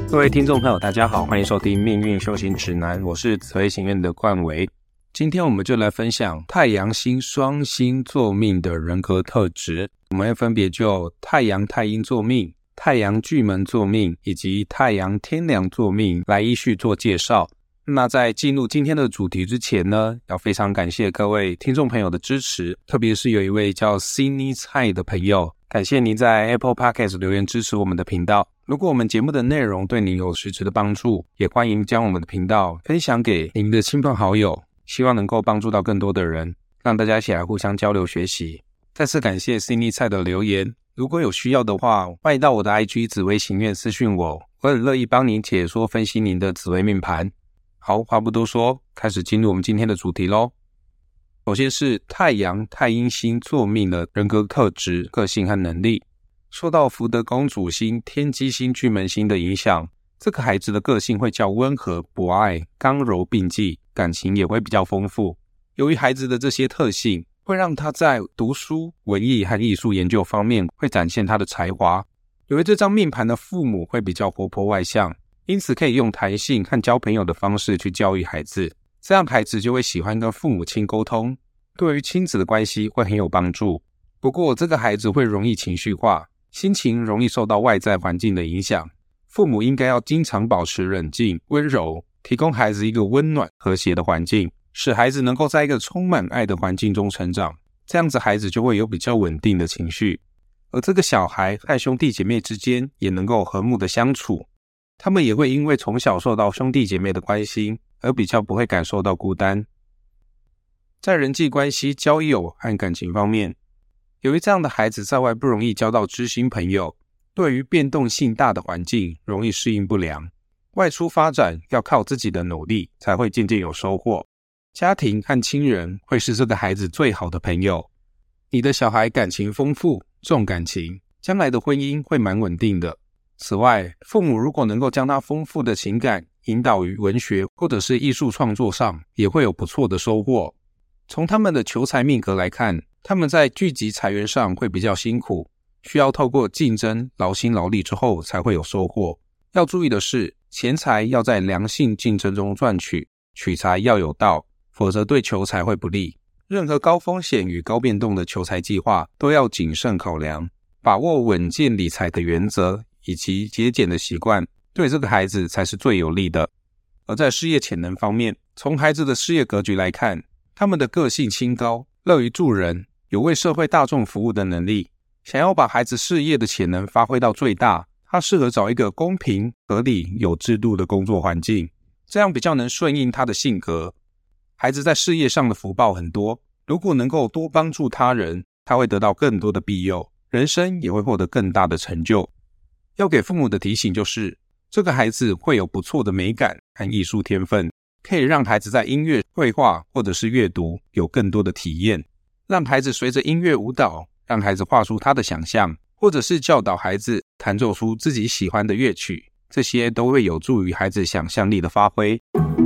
各位听众朋友大家好，欢迎收听命运修行指南，我是紫微行院的冠维。今天我们就来分享太阳星双星坐命的人格特质，我们会分别就太阳太阴坐命、太阳巨门坐命以及太阳天梁坐命来依序做介绍。那在进入今天的主题之前呢，要非常感谢各位听众朋友的支持，特别是有一位叫 Cindy 蔡的朋友，感谢您在 Apple Podcast 留言支持我们的频道。如果我们节目的内容对您有实质的帮助，也欢迎将我们的频道分享给您的亲朋好友，希望能够帮助到更多的人，让大家一起来互相交流学习。再次感谢 Cindy 蔡的留言，如果有需要的话，欢迎到我的 IG 紫微行院私讯我，我很乐意帮您解说分析您的紫微命盘。好，话不多说，开始进入我们今天的主题咯。首先是太阳太阴星坐命的人格特质、个性和能力。受到福德宫主星、天机星、巨门星的影响，这个孩子的个性会较温和、博爱、刚柔并济，感情也会比较丰富。由于孩子的这些特性，会让他在读书、文艺和艺术研究方面会展现他的才华。由于这张命盘的父母会比较活泼外向，因此可以用弹性和交朋友的方式去教育孩子，这样孩子就会喜欢跟父母亲沟通，对于亲子的关系会很有帮助。不过这个孩子会容易情绪化，心情容易受到外在环境的影响，父母应该要经常保持冷静、温柔，提供孩子一个温暖、和谐的环境，使孩子能够在一个充满爱的环境中成长，这样子孩子就会有比较稳定的情绪。而这个小孩和兄弟姐妹之间也能够和睦的相处，他们也会因为从小受到兄弟姐妹的关心，而比较不会感受到孤单。在人际关系、交友和感情方面，由于这样的孩子在外不容易交到知心朋友，对于变动性大的环境容易适应不良，外出发展要靠自己的努力才会渐渐有收获。家庭和亲人会是这个孩子最好的朋友。你的小孩感情丰富，重感情，将来的婚姻会蛮稳定的。此外，父母如果能够将他丰富的情感引导于文学或者是艺术创作上，也会有不错的收获。从他们的求财命格来看，他们在聚集财源上会比较辛苦，需要透过竞争、劳心劳力之后才会有收获。要注意的是，钱财要在良性竞争中赚取，取财要有道，否则对求财会不利。任何高风险与高变动的求财计划都要谨慎考量，把握稳健理财的原则以及节俭的习惯，对这个孩子才是最有利的。而在事业潜能方面，从孩子的事业格局来看，他们的个性清高，乐于助人，有为社会大众服务的能力。想要把孩子事业的潜能发挥到最大，他适合找一个公平、合理、有制度的工作环境，这样比较能顺应他的性格。孩子在事业上的福报很多，如果能够多帮助他人，他会得到更多的庇佑，人生也会获得更大的成就。要给父母的提醒就是，这个孩子会有不错的美感和艺术天分，可以让孩子在音乐、绘画或者是阅读有更多的体验，让孩子随着音乐舞蹈，让孩子画出他的想象，或者是教导孩子弹奏出自己喜欢的乐曲，这些都会有助于孩子想象力的发挥。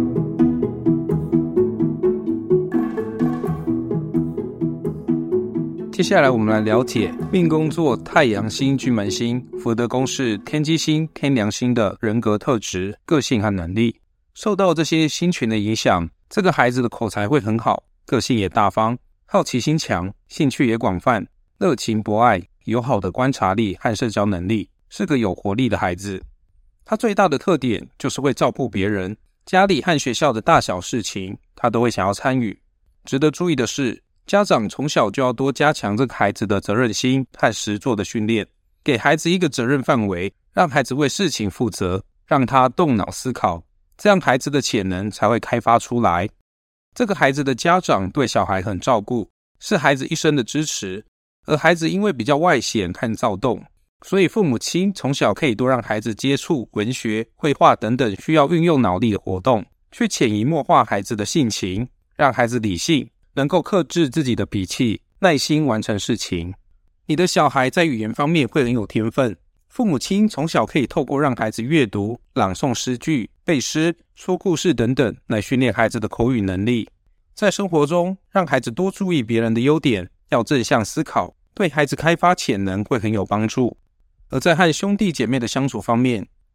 接下来我们来了解命宫坐太阳星、巨门星、福德宫是天机星、天梁星的人格特质、个性和能力。受到这些星群的影响，这个孩子的口才会很好，个性也大方，好奇心强，兴趣也广泛，热情博爱，有好的观察力和社交能力，是个有活力的孩子。他最大的特点就是会照顾别人，家里和学校的大小事情他都会想要参与。值得注意的是，家长从小就要多加强这个孩子的责任心和实作的训练，给孩子一个责任范围，让孩子为事情负责，让他动脑思考，这样孩子的潜能才会开发出来。这个孩子的家长对小孩很照顾，是孩子一生的支持，而孩子因为比较外显和躁动，所以父母亲从小可以多让孩子接触文学、绘画等等需要运用脑力的活动，去潜移默化孩子的性情，让孩子理性，能够克制自己的脾气，耐心完成事情。你的小孩在语言方面会很有天分，父母亲从小可以透过让孩子阅读、朗诵诗句、背诗、说故事等等来训练孩子的口语能力。在生活中，让孩子多注意别人的优点，要正向思考，对孩子开发潜能会很有帮助。而在和兄弟姐妹的相处方面，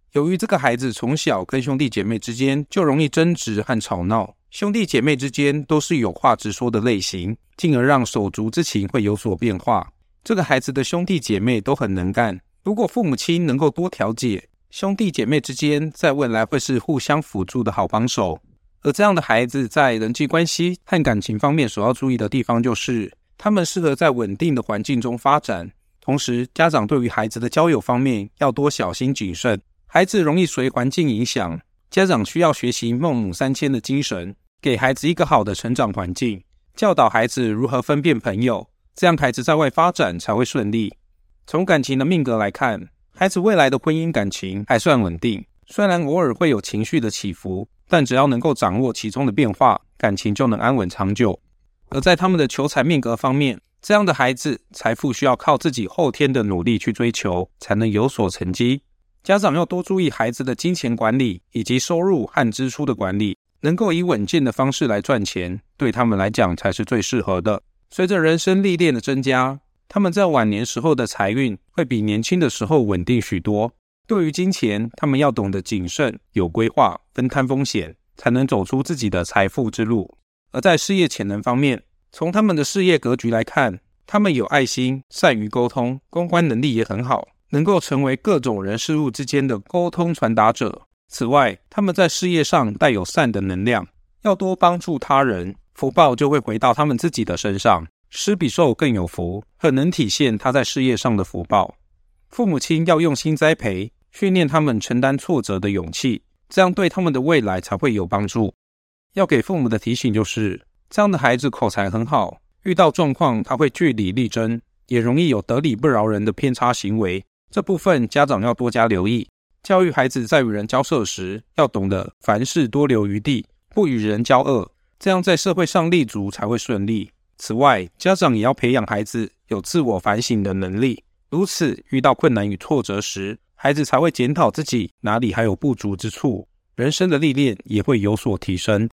由于这个孩子从小跟兄弟姐妹之间就容易争执和吵闹，兄弟姐妹之间都是有话直说的类型，进而让手足之情会有所变化。这个孩子的兄弟姐妹都很能干，如果父母亲能够多调解，兄弟姐妹之间在未来会是互相辅助的好帮手。而这样的孩子在人际关系和感情方面所要注意的地方就是，他们适合在稳定的环境中发展，同时家长对于孩子的交友方面要多小心谨慎。孩子容易随环境影响，家长需要学习孟母三迁的精神，给孩子一个好的成长环境，教导孩子如何分辨朋友，这样孩子在外发展才会顺利。从感情的命格来看，孩子未来的婚姻感情还算稳定，虽然偶尔会有情绪的起伏，但只要能够掌握其中的变化，感情就能安稳长久。而在他们的求财命格方面，这样的孩子财富需要靠自己后天的努力去追求，才能有所成绩。家长要多注意孩子的金钱管理以及收入和支出的管理，能够以稳健的方式来赚钱，对他们来讲才是最适合的。随着人生历练的增加，他们在晚年时候的财运会比年轻的时候稳定许多。对于金钱，他们要懂得谨慎、有规划、分摊风险，才能走出自己的财富之路。而在事业潜能方面，从他们的事业格局来看，他们有爱心，善于沟通，公关能力也很好，能够成为各种人事物之间的沟通传达者。此外，他们在事业上带有善的能量，要多帮助他人，福报就会回到他们自己的身上，施比受更有福，很能体现他在事业上的福报。父母亲要用心栽培，训练他们承担挫折的勇气，这样对他们的未来才会有帮助。要给父母的提醒就是，这样的孩子口才很好，遇到状况他会据理力争，也容易有得理不饶人的偏差行为，这部分家长要多加留意。教育孩子在与人交涉时，要懂得凡事多留余地，不与人交恶，这样在社会上立足才会顺利。此外，家长也要培养孩子有自我反省的能力，如此遇到困难与挫折时，孩子才会检讨自己哪里还有不足之处，人生的历练也会有所提升。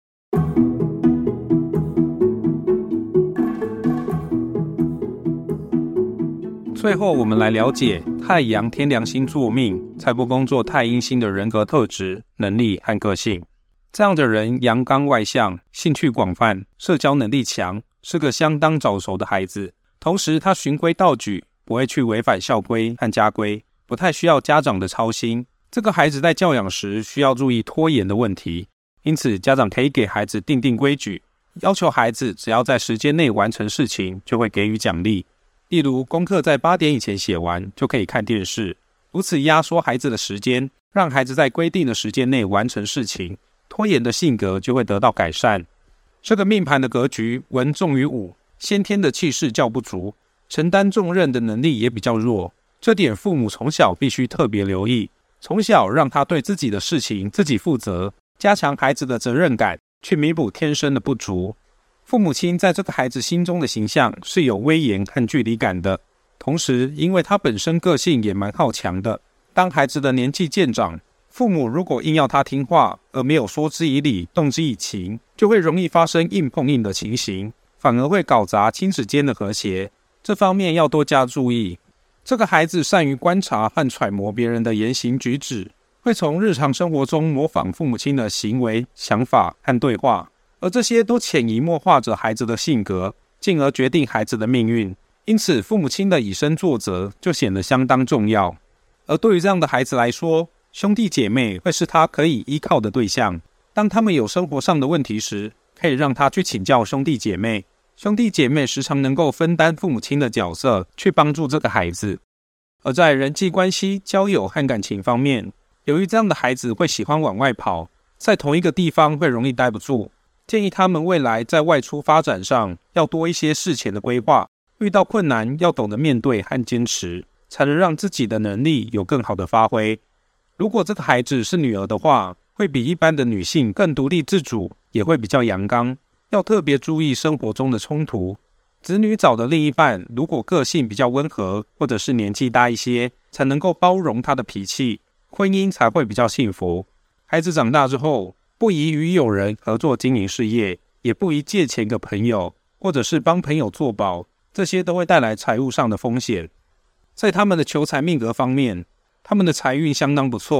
最后我们来了解太阳天梁星坐命财帛宫做太阴星的人格特质、能力和个性。这样的人阳刚外向，兴趣广泛，社交能力强，是个相当早熟的孩子。同时他循规蹈矩，不会去违反校规和家规，不太需要家长的操心。这个孩子在教养时需要注意拖延的问题，因此家长可以给孩子定规矩，要求孩子只要在时间内完成事情，就会给予奖励。例如功课在8点以前写完就可以看电视，如此压缩孩子的时间，让孩子在规定的时间内完成事情，拖延的性格就会得到改善。这个命盘的格局文重于武，先天的气势较不足，承担重任的能力也比较弱，这点父母从小必须特别留意，从小让他对自己的事情自己负责，加强孩子的责任感，去弥补天生的不足。父母亲在这个孩子心中的形象是有威严和距离感的，同时因为他本身个性也蛮好强的，当孩子的年纪渐长，父母如果硬要他听话，而没有说之以理动之以情，就会容易发生硬碰硬的情形，反而会搞砸亲子间的和谐，这方面要多加注意。这个孩子善于观察和揣摩别人的言行举止，会从日常生活中模仿父母亲的行为、想法和对话，而这些都潜移默化着孩子的性格，进而决定孩子的命运。因此父母亲的以身作则就显得相当重要。而对于这样的孩子来说，兄弟姐妹会是他可以依靠的对象，当他们有生活上的问题时，可以让他去请教兄弟姐妹，兄弟姐妹时常能够分担父母亲的角色，去帮助这个孩子。而在人际关系、交友和感情方面，由于这样的孩子会喜欢往外跑，在同一个地方会容易待不住，建议他们未来在外出发展上要多一些事前的规划，遇到困难要懂得面对和坚持，才能让自己的能力有更好的发挥。如果这个孩子是女儿的话，会比一般的女性更独立自主，也会比较阳刚，要特别注意生活中的冲突。子女找的另一半如果个性比较温和，或者是年纪大一些，才能够包容他的脾气，婚姻才会比较幸福。孩子长大之后，不宜与友人合作经营事业，也不宜借钱给朋友，或者是帮朋友做保，这些都会带来财务上的风险。在他们的求财命格方面，他们的财运相当不错，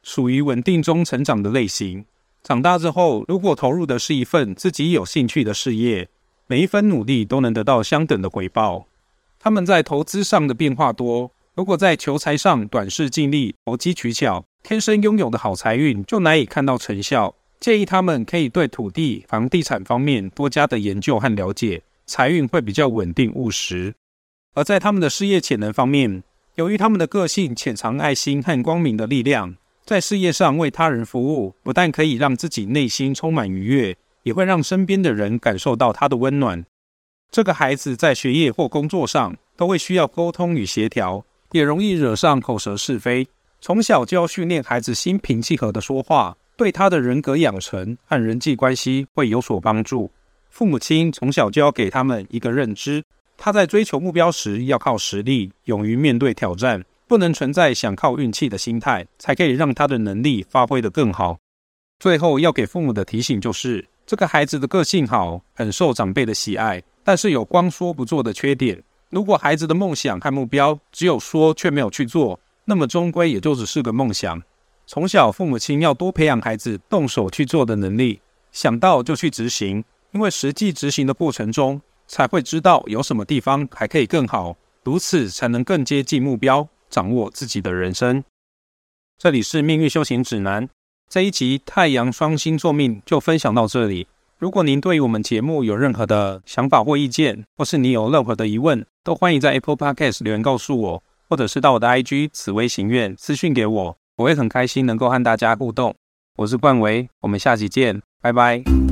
属于稳定中成长的类型。长大之后，如果投入的是一份自己有兴趣的事业，每一分努力都能得到相等的回报。他们在投资上的变化多，如果在求财上短视尽力、投机取巧，天生拥有的好财运就难以看到成效。建议他们可以对土地、房地产方面多加的研究和了解，财运会比较稳定务实。而在他们的事业潜能方面，由于他们的个性潜藏爱心和光明的力量，在事业上为他人服务，不但可以让自己内心充满愉悦，也会让身边的人感受到他的温暖。这个孩子在学业或工作上都会需要沟通与协调，也容易惹上口舌是非。从小就要训练孩子心平气和的说话，对他的人格养成和人际关系会有所帮助。父母亲从小就要给他们一个认知，他在追求目标时要靠实力，勇于面对挑战，不能存在想靠运气的心态，才可以让他的能力发挥得更好。最后要给父母的提醒就是，这个孩子的个性好，很受长辈的喜爱，但是有光说不做的缺点。如果孩子的梦想和目标只有说却没有去做，那么终归也就只是个梦想。从小父母亲要多培养孩子动手去做的能力，想到就去执行，因为实际执行的过程中，才会知道有什么地方还可以更好，如此才能更接近目标，掌握自己的人生。这里是命运修行指南，这一集太阳双星座命就分享到这里。如果您对于我们节目有任何的想法或意见，或是你有任何的疑问，都欢迎在 Apple Podcast 留言告诉我，或者是到我的 IG 紫微行愿私讯给我，我会很开心能够和大家互动。我是冠维，我们下集见，拜拜。